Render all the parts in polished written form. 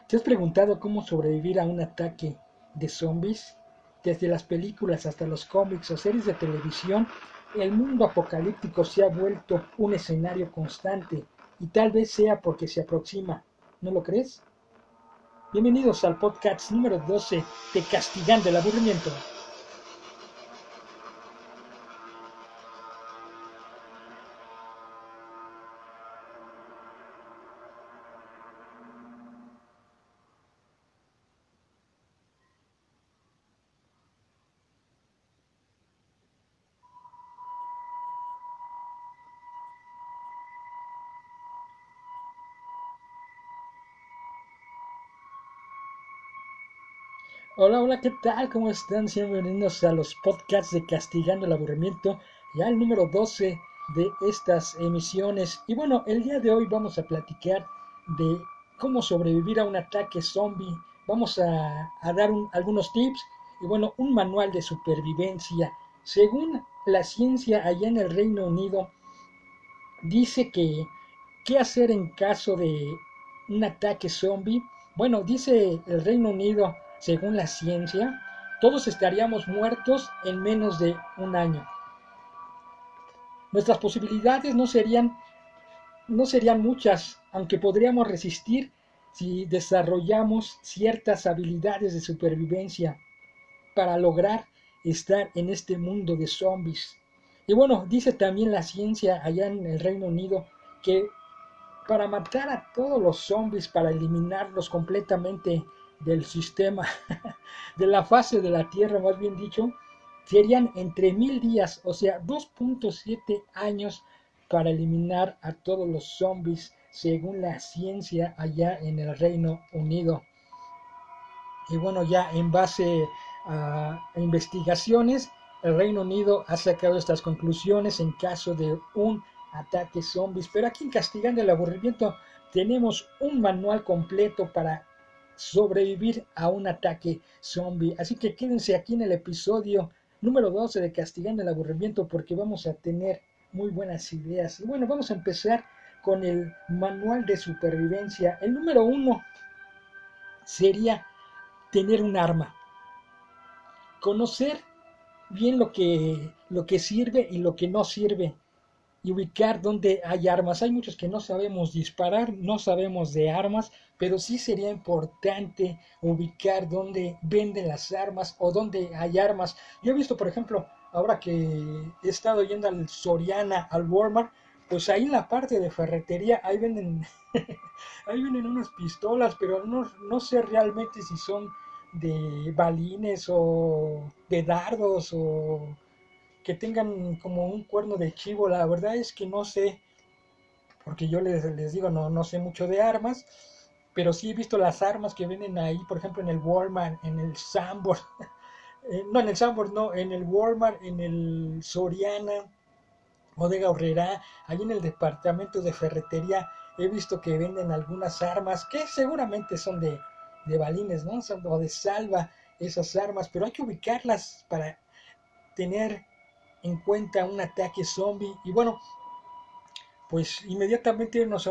¿Te has preguntado cómo sobrevivir a un ataque de zombies? Desde las películas hasta los cómics o series de televisión, el mundo apocalíptico se ha vuelto un escenario constante y tal vez sea porque se aproxima. ¿No lo crees? Bienvenidos al podcast número 12 de Castigando el Aburrimiento. Hola, hola, ¿qué tal? ¿Cómo están? Sean bienvenidos a los podcasts de Castigando el Aburrimiento, ya el número 12 de estas emisiones. Y bueno, el día de hoy vamos a platicar de cómo sobrevivir a un ataque zombie. Vamos a dar algunos tips y bueno, un manual de supervivencia. Según la ciencia allá en el Reino Unido, dice que qué hacer en caso de un ataque zombie. Bueno, dice el Reino Unido, según la ciencia, todos estaríamos muertos en menos de un año. Nuestras posibilidades no serían muchas, aunque podríamos resistir si desarrollamos ciertas habilidades de supervivencia para lograr estar en este mundo de zombies. Y bueno, dice también la ciencia allá en el Reino Unido que para matar a todos los zombies, para eliminarlos completamente del sistema, de la fase de la Tierra, más bien dicho, serían entre 1000 días, o sea, 2.7 años para eliminar a todos los zombies, según la ciencia allá en el Reino Unido. Y bueno, ya en base a investigaciones, el Reino Unido ha sacado estas conclusiones en caso de un ataque zombies. Pero aquí en Castigando el Aburrimiento tenemos un manual completo para sobrevivir a un ataque zombie. Así que quédense aquí en el episodio número 12 de Castigando el Aburrimiento porque vamos a tener muy buenas ideas. Y bueno, vamos a empezar con el manual de supervivencia. El número 1 sería tener un arma, conocer bien lo que sirve y lo que no sirve y ubicar dónde hay armas. Hay muchos que no sabemos disparar, no sabemos de armas, pero sí sería importante ubicar dónde venden las armas o dónde hay armas. Yo he visto, por ejemplo, ahora que he estado yendo al Soriana, al Walmart, pues ahí en la parte de ferretería, ahí venden, ahí venden unas pistolas, pero no sé realmente si son de balines o de dardos o que tengan como un cuerno de chivo. La verdad es que no sé, porque yo les digo, no sé mucho de armas, pero sí he visto las armas que venden ahí, por ejemplo, en el Walmart, en el Sambor, no, en el Sambor, no, en el Walmart, en el Soriana, Bodega Horrera, ahí en el departamento de ferretería, he visto que venden algunas armas que seguramente son de balines, ¿no? O de salva esas armas, pero hay que ubicarlas para tener en cuenta un ataque zombie. Y bueno, pues inmediatamente irnos a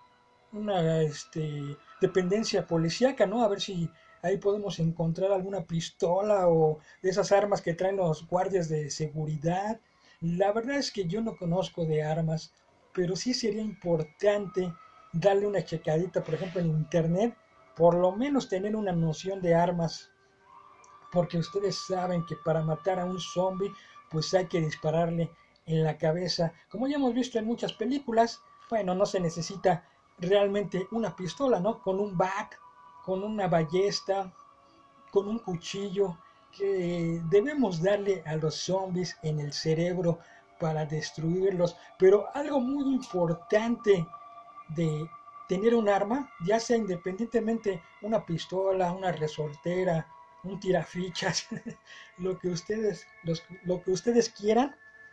una dependencia policíaca, ¿no? A ver si ahí podemos encontrar alguna pistola o de esas armas que traen los guardias de seguridad. La verdad es que yo no conozco de armas, pero sí sería importante darle una checadita, por ejemplo, en internet, por lo menos tener una noción de armas, porque ustedes saben que para matar a un zombie, pues hay que dispararle en la cabeza. Como ya hemos visto en muchas películas, bueno, no se necesita realmente una pistola, ¿no? Con un bat, con una ballesta, con un cuchillo, que debemos darle a los zombies en el cerebro para destruirlos. Pero algo muy importante de tener un arma, ya sea independientemente una pistola, una resortera, un tirafichas, lo que ustedes quieran.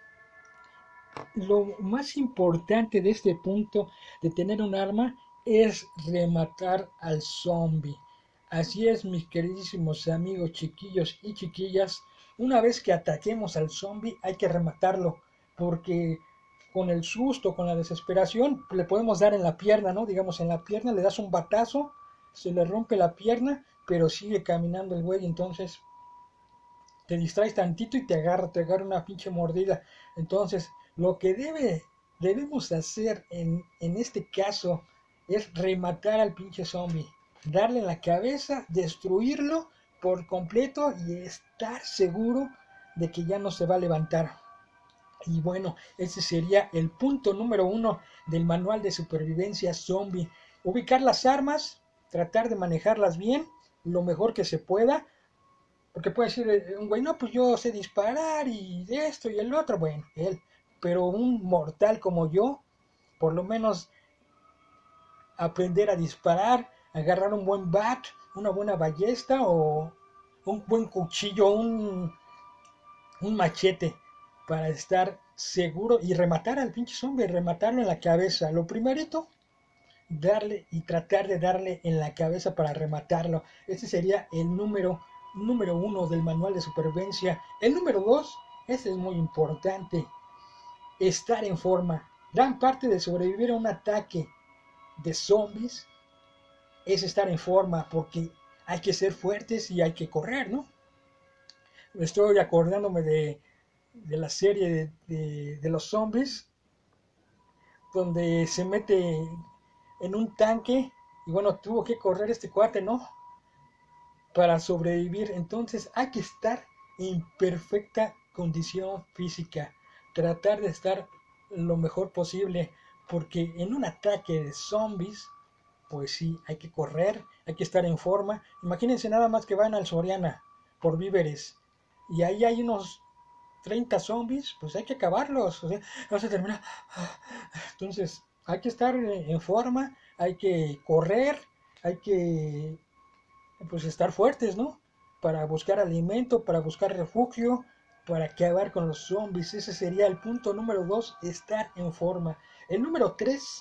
Lo más importante de este punto de tener un arma es rematar al zombie. Así es, mis queridísimos amigos chiquillos y chiquillas, una vez que ataquemos al zombie hay que rematarlo, porque con el susto, con la desesperación, le podemos dar en la pierna, ¿no? Digamos, en la pierna le das un batazo se le rompe la pierna, pero sigue caminando el güey, entonces te distraes tantito y te agarra una pinche mordida. Entonces, lo que debemos hacer en este caso es rematar al pinche zombie, darle en la cabeza, destruirlo por completo y estar seguro de que ya no se va a levantar. Y bueno, ese sería el punto número 1 del manual de supervivencia zombie. Ubicar las armas, tratar de manejarlas bien, lo mejor que se pueda, porque puede decir un güey, no, pues yo sé disparar y esto y el otro, bueno, él. Pero un mortal como yo, por lo menos aprender a disparar, agarrar un buen bat, una buena ballesta o un buen cuchillo, un machete para estar seguro y rematar al pinche zombie, rematarlo en la cabeza. Lo primerito, darle y tratar de darle en la cabeza para rematarlo. Ese sería el número 1 del manual de supervivencia. El número 2, ese es muy importante, estar en forma. Gran parte de sobrevivir a un ataque de zombies es estar en forma, porque hay que ser fuertes y hay que correr, ¿no? Estoy acordándome de la serie de los zombies, donde se mete en un tanque y bueno, tuvo que correr este cuate, ¿no? Para sobrevivir. Entonces hay que estar en perfecta condición física, tratar de estar lo mejor posible, porque en un ataque de zombies, pues sí, hay que correr, hay que estar en forma. Imagínense nada más que van al Soriana por víveres y ahí hay unos 30 zombies, pues hay que acabarlos, o sea, no se termina. Entonces, hay que estar en forma, hay que correr, hay que pues estar fuertes, ¿no? Para buscar alimento, para buscar refugio, para acabar con los zombies. Ese sería el punto número 2, estar en forma. El número 3,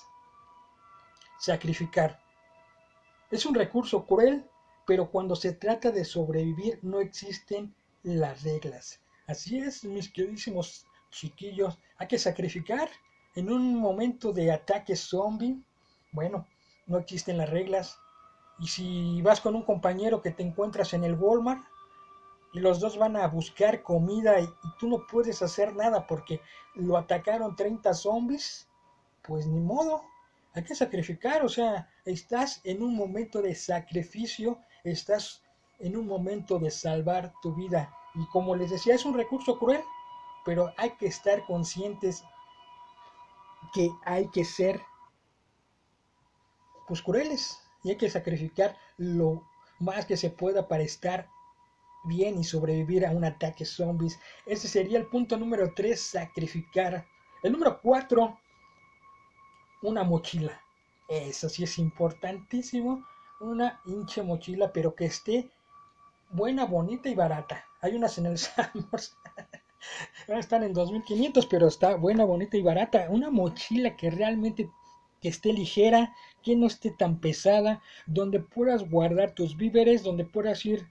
sacrificar. Es un recurso cruel, pero cuando se trata de sobrevivir no existen las reglas. Así es, mis queridísimos chiquillos, hay que sacrificar en un momento de ataque zombie. Bueno, no existen las reglas. Y si vas con un compañero que te encuentras en el Walmart y los dos van a buscar comida y tú no puedes hacer nada porque lo atacaron 30 zombies, pues ni modo, hay que sacrificar, o sea, estás en un momento de sacrificio, estás en un momento de salvar tu vida. Y como les decía, es un recurso cruel, pero hay que estar conscientes que hay que ser pues crueles y hay que sacrificar lo más que se pueda para estar bien y sobrevivir a un ataque zombies. Ese sería el punto número 3, sacrificar. El número 4, una mochila. Eso sí es importantísimo. Una hincha mochila, pero que esté buena, bonita y barata. Hay unas en el Sambors. Están en 2500, pero está buena, bonita y barata. Una mochila que realmente que esté ligera, que no esté tan pesada, donde puedas guardar tus víveres, donde puedas ir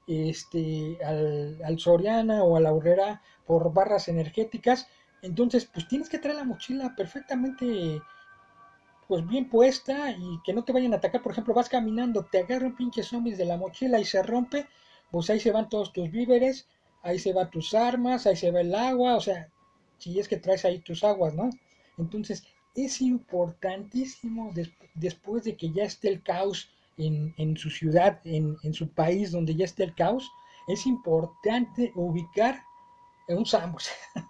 al Soriana o a la Aurrera por barras energéticas. Entonces, pues tienes que traer la mochila perfectamente pues bien puesta y que no te vayan a atacar. Por ejemplo, vas caminando, te agarra un pinche zombies de la mochila y se rompe, pues ahí se van todos tus víveres, ahí se van tus armas, ahí se va el agua, o sea, si es que traes ahí tus aguas, ¿no? Entonces, es importantísimo después de que ya esté el caos en su ciudad, en su país, donde ya esté el caos, es importante ubicar un Sambors.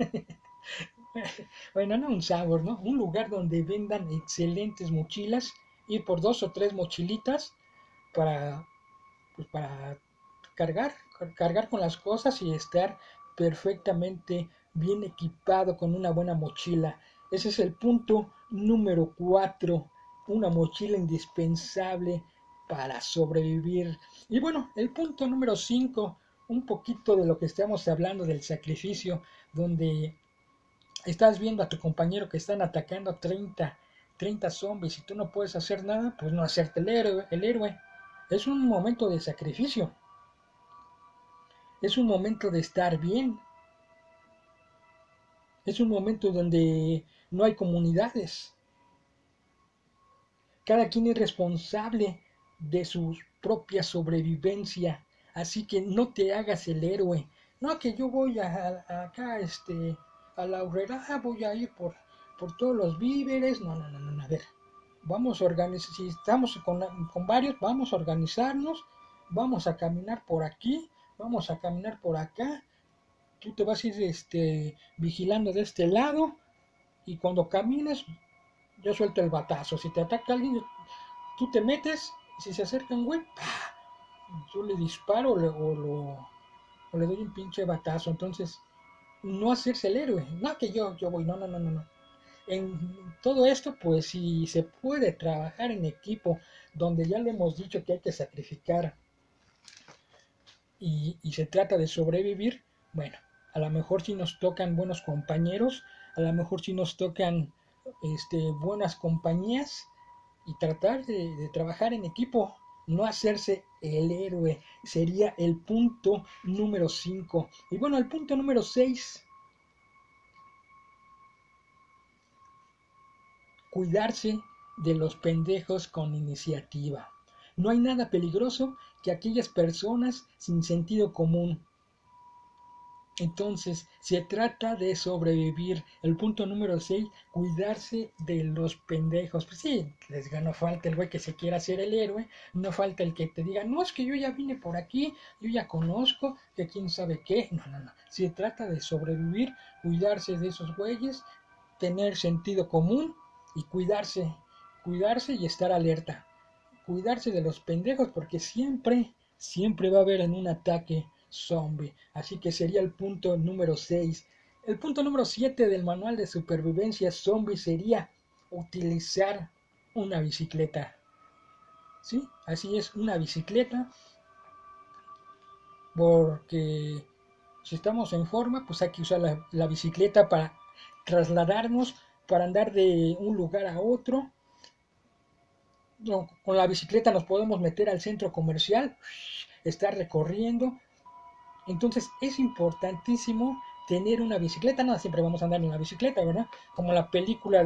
Bueno, no un sabor, ¿no? Un lugar donde vendan excelentes mochilas, ir por 2 o 3 mochilitas para, pues para cargar con las cosas y estar perfectamente bien equipado con una buena mochila. Ese es el punto número 4, una mochila indispensable para sobrevivir. Y bueno, el punto número 5, un poquito de lo que estamos hablando del sacrificio, donde estás viendo a tu compañero que están atacando a 30 zombies y tú no puedes hacer nada, pues no hacerte el héroe. Es un momento de sacrificio. Es un momento de estar bien. Es un momento donde no hay comunidades. Cada quien es responsable de su propia sobrevivencia. Así que no te hagas el héroe. No, que yo voy acá, a la horrera, voy a ir por todos los víveres. No, no, no, no, a ver. Vamos a organizar, si estamos con varios, vamos a organizarnos, vamos a caminar por aquí, vamos a caminar por acá. Tú te vas a ir vigilando de este lado y cuando camines, yo suelto el batazo. Si te ataca alguien, tú te metes, y si se acerca un güey, ¡pah! Yo le disparo o le doy un pinche batazo. Entonces, no hacerse el héroe. No que yo voy, no, no, no, no, no. En todo esto, pues si se puede trabajar en equipo, donde ya lo hemos dicho que hay que sacrificar y se trata de sobrevivir, bueno, a lo mejor si nos tocan buenos compañeros, a lo mejor si nos tocan buenas compañías y tratar de trabajar en equipo, no hacerse el héroe, sería el punto número 5. Y bueno, el punto número 6, cuidarse de los pendejos con iniciativa. No hay nada peligroso que aquellas personas sin sentido común. Entonces, se trata de sobrevivir. El punto número 6, cuidarse de los pendejos. Pues sí, no falta el güey que se quiera hacer el héroe, no falta el que te diga, no, es que yo ya vine por aquí, yo ya conozco, que quién sabe qué. No, no, no. Se trata de sobrevivir, cuidarse de esos güeyes, tener sentido común y cuidarse y estar alerta. Cuidarse de los pendejos porque siempre va a haber en un ataque zombie. Así que sería el punto número 6. El punto número 7 del manual de supervivencia zombie sería utilizar una bicicleta. ¿Sí? Así es, una bicicleta. Porque si estamos en forma, pues hay que usar la bicicleta para trasladarnos, para andar de un lugar a otro. No, con la bicicleta nos podemos meter al centro comercial, estar recorriendo. Entonces es importantísimo tener una bicicleta. No siempre vamos a andar en la bicicleta, ¿verdad? Como la película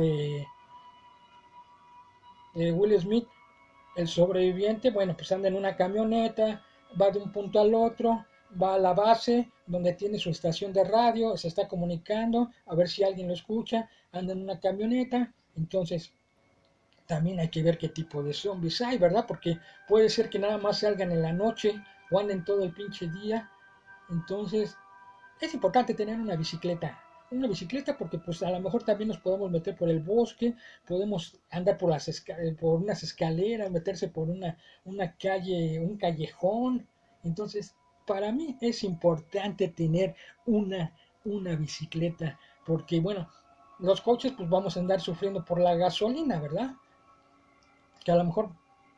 de Will Smith, el sobreviviente, bueno, pues anda en una camioneta, va de un punto al otro, va a la base donde tiene su estación de radio, se está comunicando, a ver si alguien lo escucha, anda en una camioneta. Entonces también hay que ver qué tipo de zombies hay, ¿verdad? Porque puede ser que nada más salgan en la noche o anden todo el pinche día. Entonces, es importante tener una bicicleta. Una bicicleta porque pues a lo mejor también nos podemos meter por el bosque, podemos andar por unas escaleras, meterse por una calle, un callejón. Entonces, para mí es importante tener una, una bicicleta porque, bueno, los coches pues vamos a andar sufriendo por la gasolina, ¿verdad? Que a lo mejor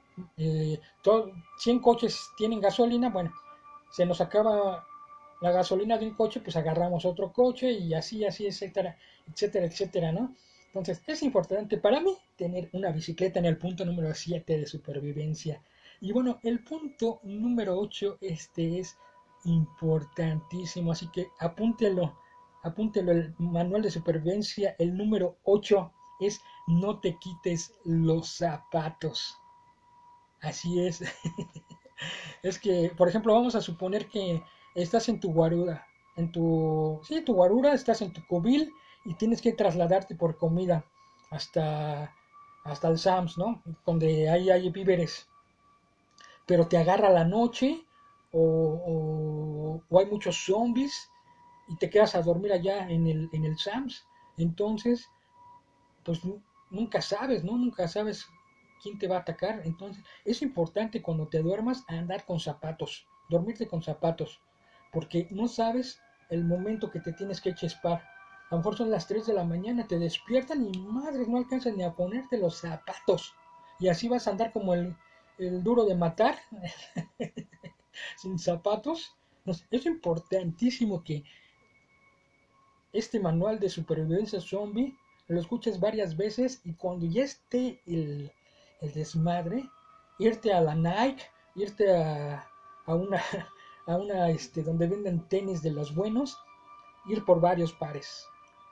100 coches tienen gasolina, bueno, se nos acaba la gasolina de un coche, pues agarramos otro coche y así, etcétera, etcétera, etcétera, ¿no? Entonces, es importante para mí tener una bicicleta en el punto número 7 de supervivencia. Y bueno, el punto número 8, es importantísimo, así que apúntelo, el manual de supervivencia, el número 8 es no te quites los zapatos. Así es. Es que, por ejemplo, vamos a suponer que estás en tu guarura, sí, tu guarura, estás en tu cubil y tienes que trasladarte por comida hasta, hasta el Sams, ¿no? Donde hay víveres. Pero te agarra la noche o hay muchos zombies y te quedas a dormir allá en el Sams. Entonces, pues nunca sabes, ¿no? Nunca sabes quién te va a atacar. Entonces, es importante cuando te duermas andar con zapatos, dormirte con zapatos, porque no sabes el momento que te tienes que chespar. A lo mejor son las 3 de la mañana, te despiertan y madres, no alcanzan ni a ponerte los zapatos. Y así vas a andar como el duro de matar, sin zapatos. Es importantísimo que este manual de supervivencia zombie lo escuches varias veces y cuando ya esté el desmadre, irte a la Nike, irte a una, donde venden tenis de los buenos, ir por varios pares.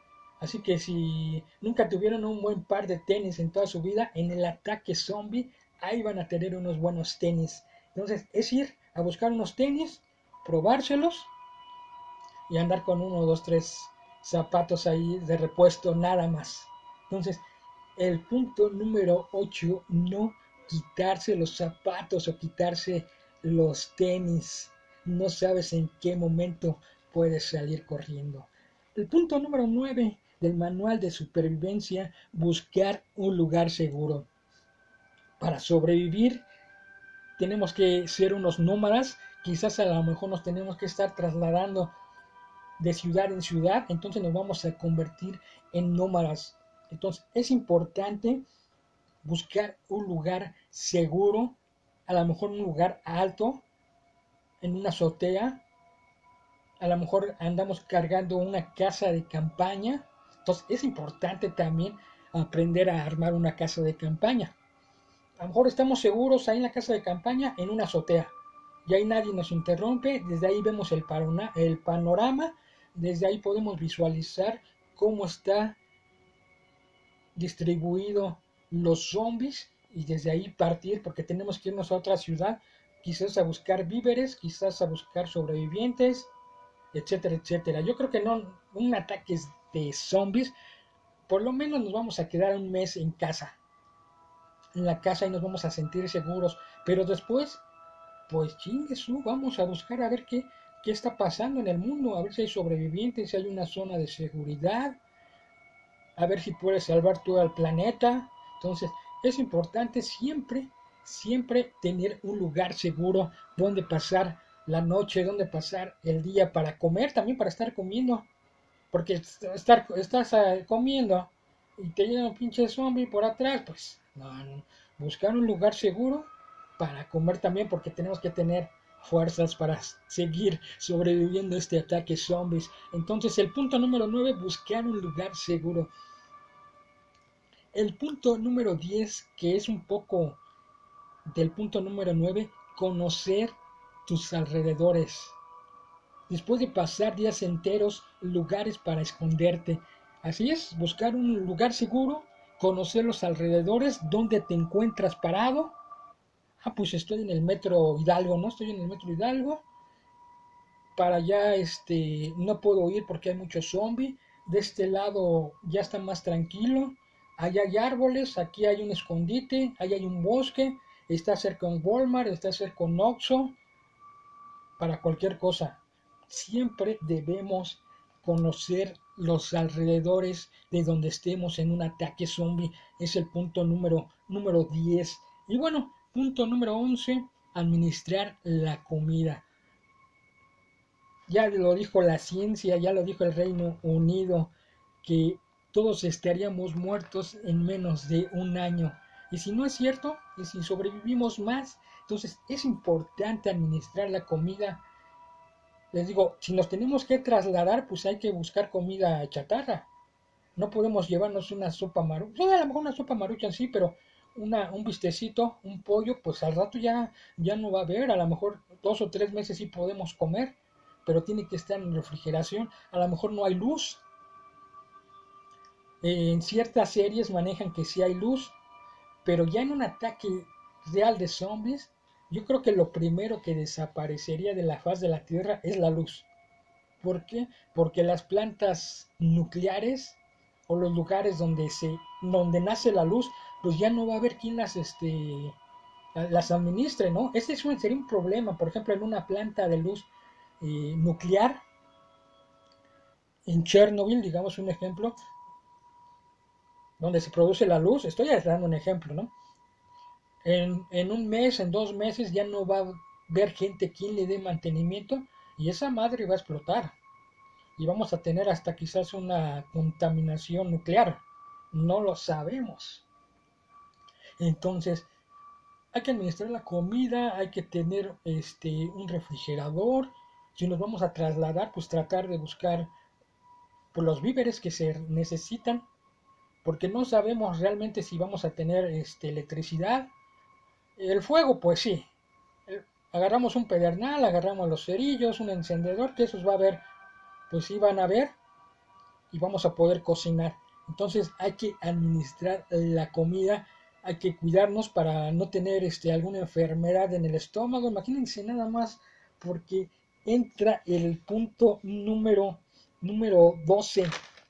Así que si nunca tuvieron un buen par de tenis en toda su vida, en el ataque zombie ahí van a tener unos buenos tenis. Entonces es ir a buscar unos tenis, probárselos y andar con uno, dos, tres zapatos ahí de repuesto nada más. Entonces, el punto número 8, no quitarse los zapatos o quitarse los tenis. No sabes en qué momento puedes salir corriendo. El punto número 9 del manual de supervivencia, buscar un lugar seguro. Para sobrevivir tenemos que ser unos nómadas, quizás a lo mejor nos tenemos que estar trasladando de ciudad en ciudad, entonces nos vamos a convertir en nómadas. Entonces es importante buscar un lugar seguro, a lo mejor un lugar alto, en una azotea, a lo mejor andamos cargando una casa de campaña, entonces es importante también aprender a armar una casa de campaña. A lo mejor estamos seguros ahí en la casa de campaña, en una azotea, y ahí nadie nos interrumpe, desde ahí vemos el panorama, desde ahí podemos visualizar cómo está distribuido los zombies y desde ahí partir porque tenemos que irnos a otra ciudad, quizás a buscar víveres, quizás a buscar sobrevivientes, etcétera, etcétera. Yo creo que no, un ataque de zombies, por lo menos nos vamos a quedar un mes en casa, en la casa y nos vamos a sentir seguros, pero después, pues chinguesu, vamos a buscar a ver qué está pasando en el mundo, a ver si hay sobrevivientes, si hay una zona de seguridad, a ver si puedes salvar todo el planeta. Entonces, es importante siempre, siempre tener un lugar seguro donde pasar la noche, donde pasar el día para comer, también para estar comiendo. Porque estás comiendo y te llega un pinche zombie por atrás, pues no, no. Buscar un lugar seguro para comer también, porque tenemos que tener fuerzas para seguir sobreviviendo a este ataque zombies. Entonces, el punto número 9, buscar un lugar seguro. El punto número 10, que es un poco del punto número 9, conocer tus alrededores. Después de pasar días enteros, lugares para esconderte. Así es, buscar un lugar seguro, conocer los alrededores, dónde te encuentras parado. Ah, pues estoy en el metro Hidalgo, ¿no? Estoy en el metro Hidalgo. Para allá, no puedo ir porque hay muchos zombies. De este lado ya está más tranquilo. Allá hay árboles, aquí hay un escondite, allá hay un bosque, está cerca un Walmart, está cerca un Oxxo, para cualquier cosa. Siempre debemos conocer los alrededores de donde estemos en un ataque zombie. Es el punto número 10. Y bueno, punto número 11, administrar la comida. Ya lo dijo la ciencia, ya lo dijo el Reino Unido, que todos estaríamos muertos en menos de un año. Y si no es cierto, y si sobrevivimos más, entonces es importante administrar la comida. Les digo, si nos tenemos que trasladar, pues hay que buscar comida chatarra. No podemos llevarnos una sopa maruchan, a lo mejor una sopa maruchan sí, pero un bistecito, un pollo, pues al rato ya no va a haber, a lo mejor 2 o 3 meses sí podemos comer, pero tiene que estar en refrigeración, a lo mejor no hay luz. En ciertas series manejan que sí hay luz, pero ya en un ataque real de zombies, yo creo que lo primero que desaparecería de la faz de la Tierra es la luz. ¿Por qué? Porque las plantas nucleares o los lugares donde nace la luz, pues ya no va a haber quien las administre, ¿no? Sería un problema, por ejemplo, en una planta de luz nuclear, en Chernobyl, digamos un ejemplo, donde se produce la luz, estoy dando un ejemplo, ¿no? En un mes, en 2 meses, ya no va a haber gente quien le dé mantenimiento y esa madre va a explotar. Y vamos a tener hasta quizás una contaminación nuclear. No lo sabemos. Entonces, hay que administrar la comida, hay que tener un refrigerador. Si nos vamos a trasladar, pues tratar de buscar pues, los víveres que se necesitan, porque no sabemos realmente si vamos a tener electricidad. El fuego, pues sí. Agarramos un pedernal, agarramos los cerillos, un encendedor, que esos va a haber, pues sí van a haber, y vamos a poder cocinar. Entonces hay que administrar la comida hay que cuidarnos para no tener alguna enfermedad en el estómago. Imagínense nada más, porque entra el punto número 12.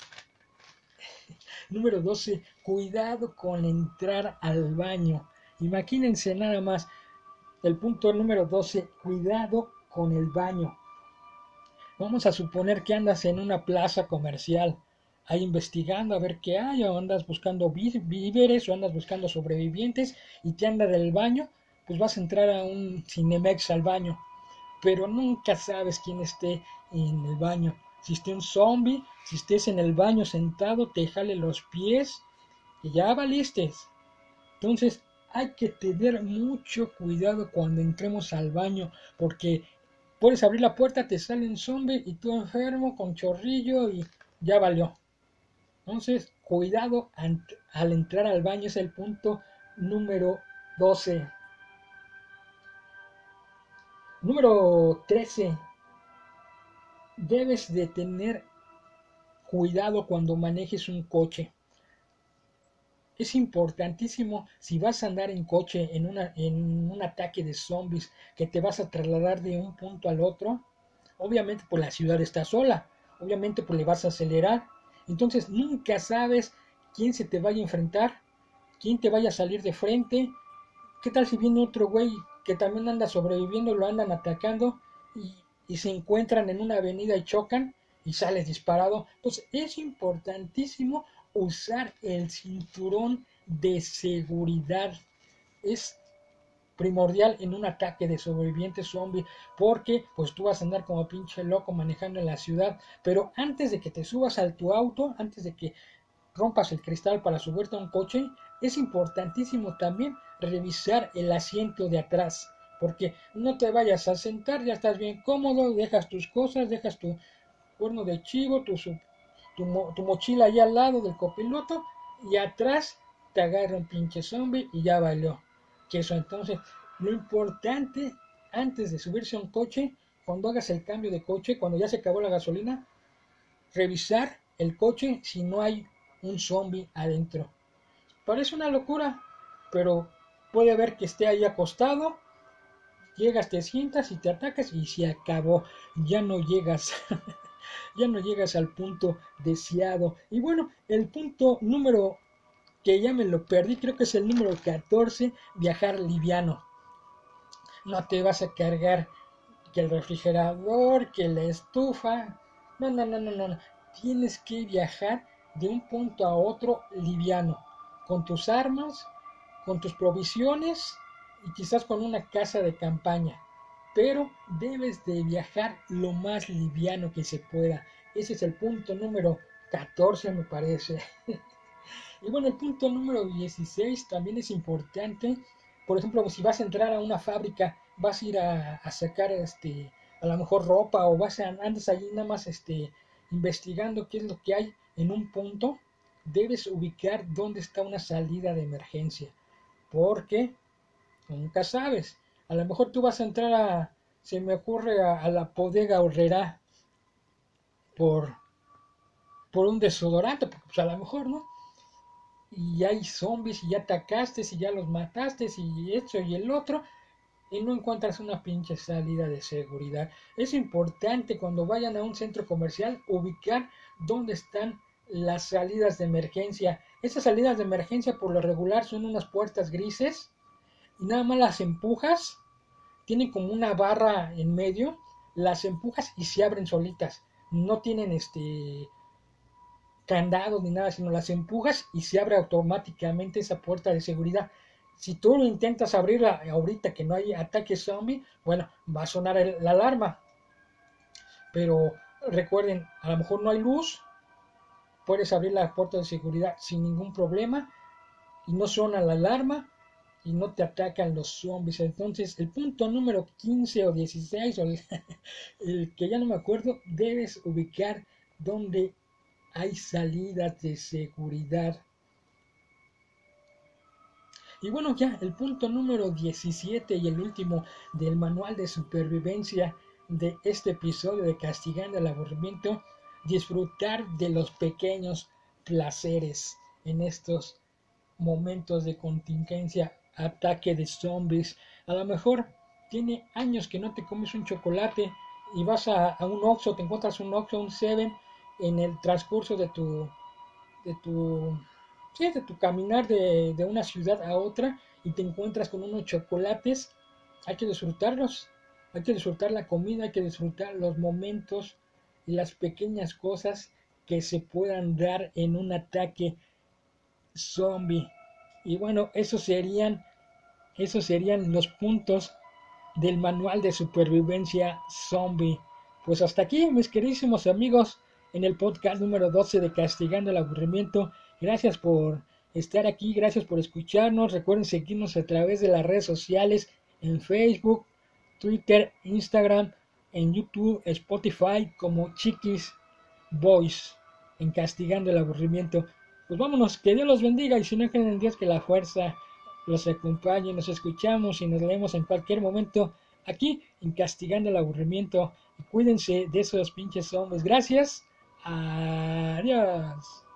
Número 12, cuidado con entrar al baño. Imagínense nada más, el punto número 12, cuidado con el baño. Vamos a suponer que andas en una plaza comercial, ahí investigando a ver qué hay, o andas buscando víveres, o andas buscando sobrevivientes, y te anda del baño, pues vas a entrar a un Cinemex al baño, pero nunca sabes quién esté en el baño. Si esté un zombie, si estés en el baño sentado, te jale los pies y ya valiste. Entonces hay que tener mucho cuidado cuando entremos al baño, porque puedes abrir la puerta, te sale un zombie y tú enfermo con chorrillo y ya valió. Entonces, cuidado al entrar al baño, es el punto número 12. Número 13. Debes de tener cuidado cuando manejes un coche. Es importantísimo, si vas a andar en coche en un ataque de zombies, que te vas a trasladar de un punto al otro. Obviamente pues la ciudad está sola, obviamente pues le vas a acelerar. Entonces nunca sabes quién se te vaya a enfrentar, quién te vaya a salir de frente. ¿Qué tal si viene otro güey que también anda sobreviviendo, lo andan atacando y se encuentran en una avenida y chocan y sales disparado? Entonces es importantísimo usar el cinturón de seguridad. Es primordial en un ataque de sobrevivientes zombie, porque pues tú vas a andar como pinche loco manejando en la ciudad, pero antes de que te subas a tu auto, antes de que rompas el cristal para subirte a un coche, es importantísimo también revisar el asiento de atrás, porque no te vayas a sentar, ya estás bien cómodo, dejas tus cosas, dejas tu cuerno de chivo, tu mochila allá al lado del copiloto, y atrás te agarra un pinche zombie y ya valió. Que eso, entonces, lo importante antes de subirse a un coche, cuando hagas el cambio de coche, cuando ya se acabó la gasolina, revisar el coche si no hay un zombie adentro. Parece una locura, pero puede haber que esté ahí acostado, llegas, te sientas y te atacas y se acabó, ya no llegas. Ya no llegas al punto deseado. Y bueno, el punto número que ya me lo perdí, creo que es el número 14, viajar liviano. No te vas a cargar que el refrigerador, que la estufa. No, no, no, no, no. Tienes que viajar de un punto a otro liviano, con tus armas, con tus provisiones y quizás con una casa de campaña. Pero debes de viajar lo más liviano que se pueda. Ese es el punto número 14, me parece. Y bueno, el punto número 16 también es importante. Por ejemplo, si vas a entrar a una fábrica, vas a ir a sacar a lo mejor ropa, o andas allí nada más investigando qué es lo que hay en un punto, debes ubicar dónde está una salida de emergencia, porque nunca sabes. A lo mejor tú vas a entrar se me ocurre, a la bodega horrera por, por un desodorante, porque pues a lo mejor, ¿no? Y hay zombies y ya atacaste y ya los mataste y esto y el otro, y no encuentras una pinche salida de seguridad. Es importante cuando vayan a un centro comercial ubicar dónde están las salidas de emergencia. Esas salidas de emergencia por lo regular son unas puertas grises y nada más las empujas, tienen como una barra en medio, las empujas y se abren solitas. No tienen candados ni nada, sino las empujas y se abre automáticamente esa puerta de seguridad. Si tú lo intentas abrir ahorita que no hay ataque zombie, bueno, va a sonar la alarma. Pero recuerden, a lo mejor no hay luz, puedes abrir la puerta de seguridad sin ningún problema y no suena la alarma y no te atacan los zombies. Entonces, el punto número 15 o 16, o el que ya no me acuerdo, debes ubicar donde hay salidas de seguridad. Y bueno, ya el punto número 17 y el último del manual de supervivencia de este episodio de Castigando el Aburrimiento: disfrutar de los pequeños placeres en estos momentos de contingencia, ataque de zombies. A lo mejor tiene años que no te comes un chocolate y vas a un Oxxo, te encuentras un Oxxo, un Seven en el transcurso de tu, sí, de tu caminar de una ciudad a otra y te encuentras con unos chocolates. Hay que disfrutarlos, hay que disfrutar la comida, hay que disfrutar los momentos y las pequeñas cosas que se puedan dar en un ataque zombie. Y bueno, esos serían los puntos del manual de supervivencia zombie. Pues hasta aquí, mis queridísimos amigos, en el podcast número 12 de Castigando el Aburrimiento. Gracias por estar aquí, gracias por escucharnos. Recuerden seguirnos a través de las redes sociales en Facebook, Twitter, Instagram, en YouTube, Spotify como Chiquis Boys en Castigando el Aburrimiento. Pues vámonos, que Dios los bendiga y si no creen en Dios que la fuerza los acompañe. Nos escuchamos y nos leemos en cualquier momento aquí en Castigando el Aburrimiento. Y cuídense de esos pinches hombres. Gracias. Adiós.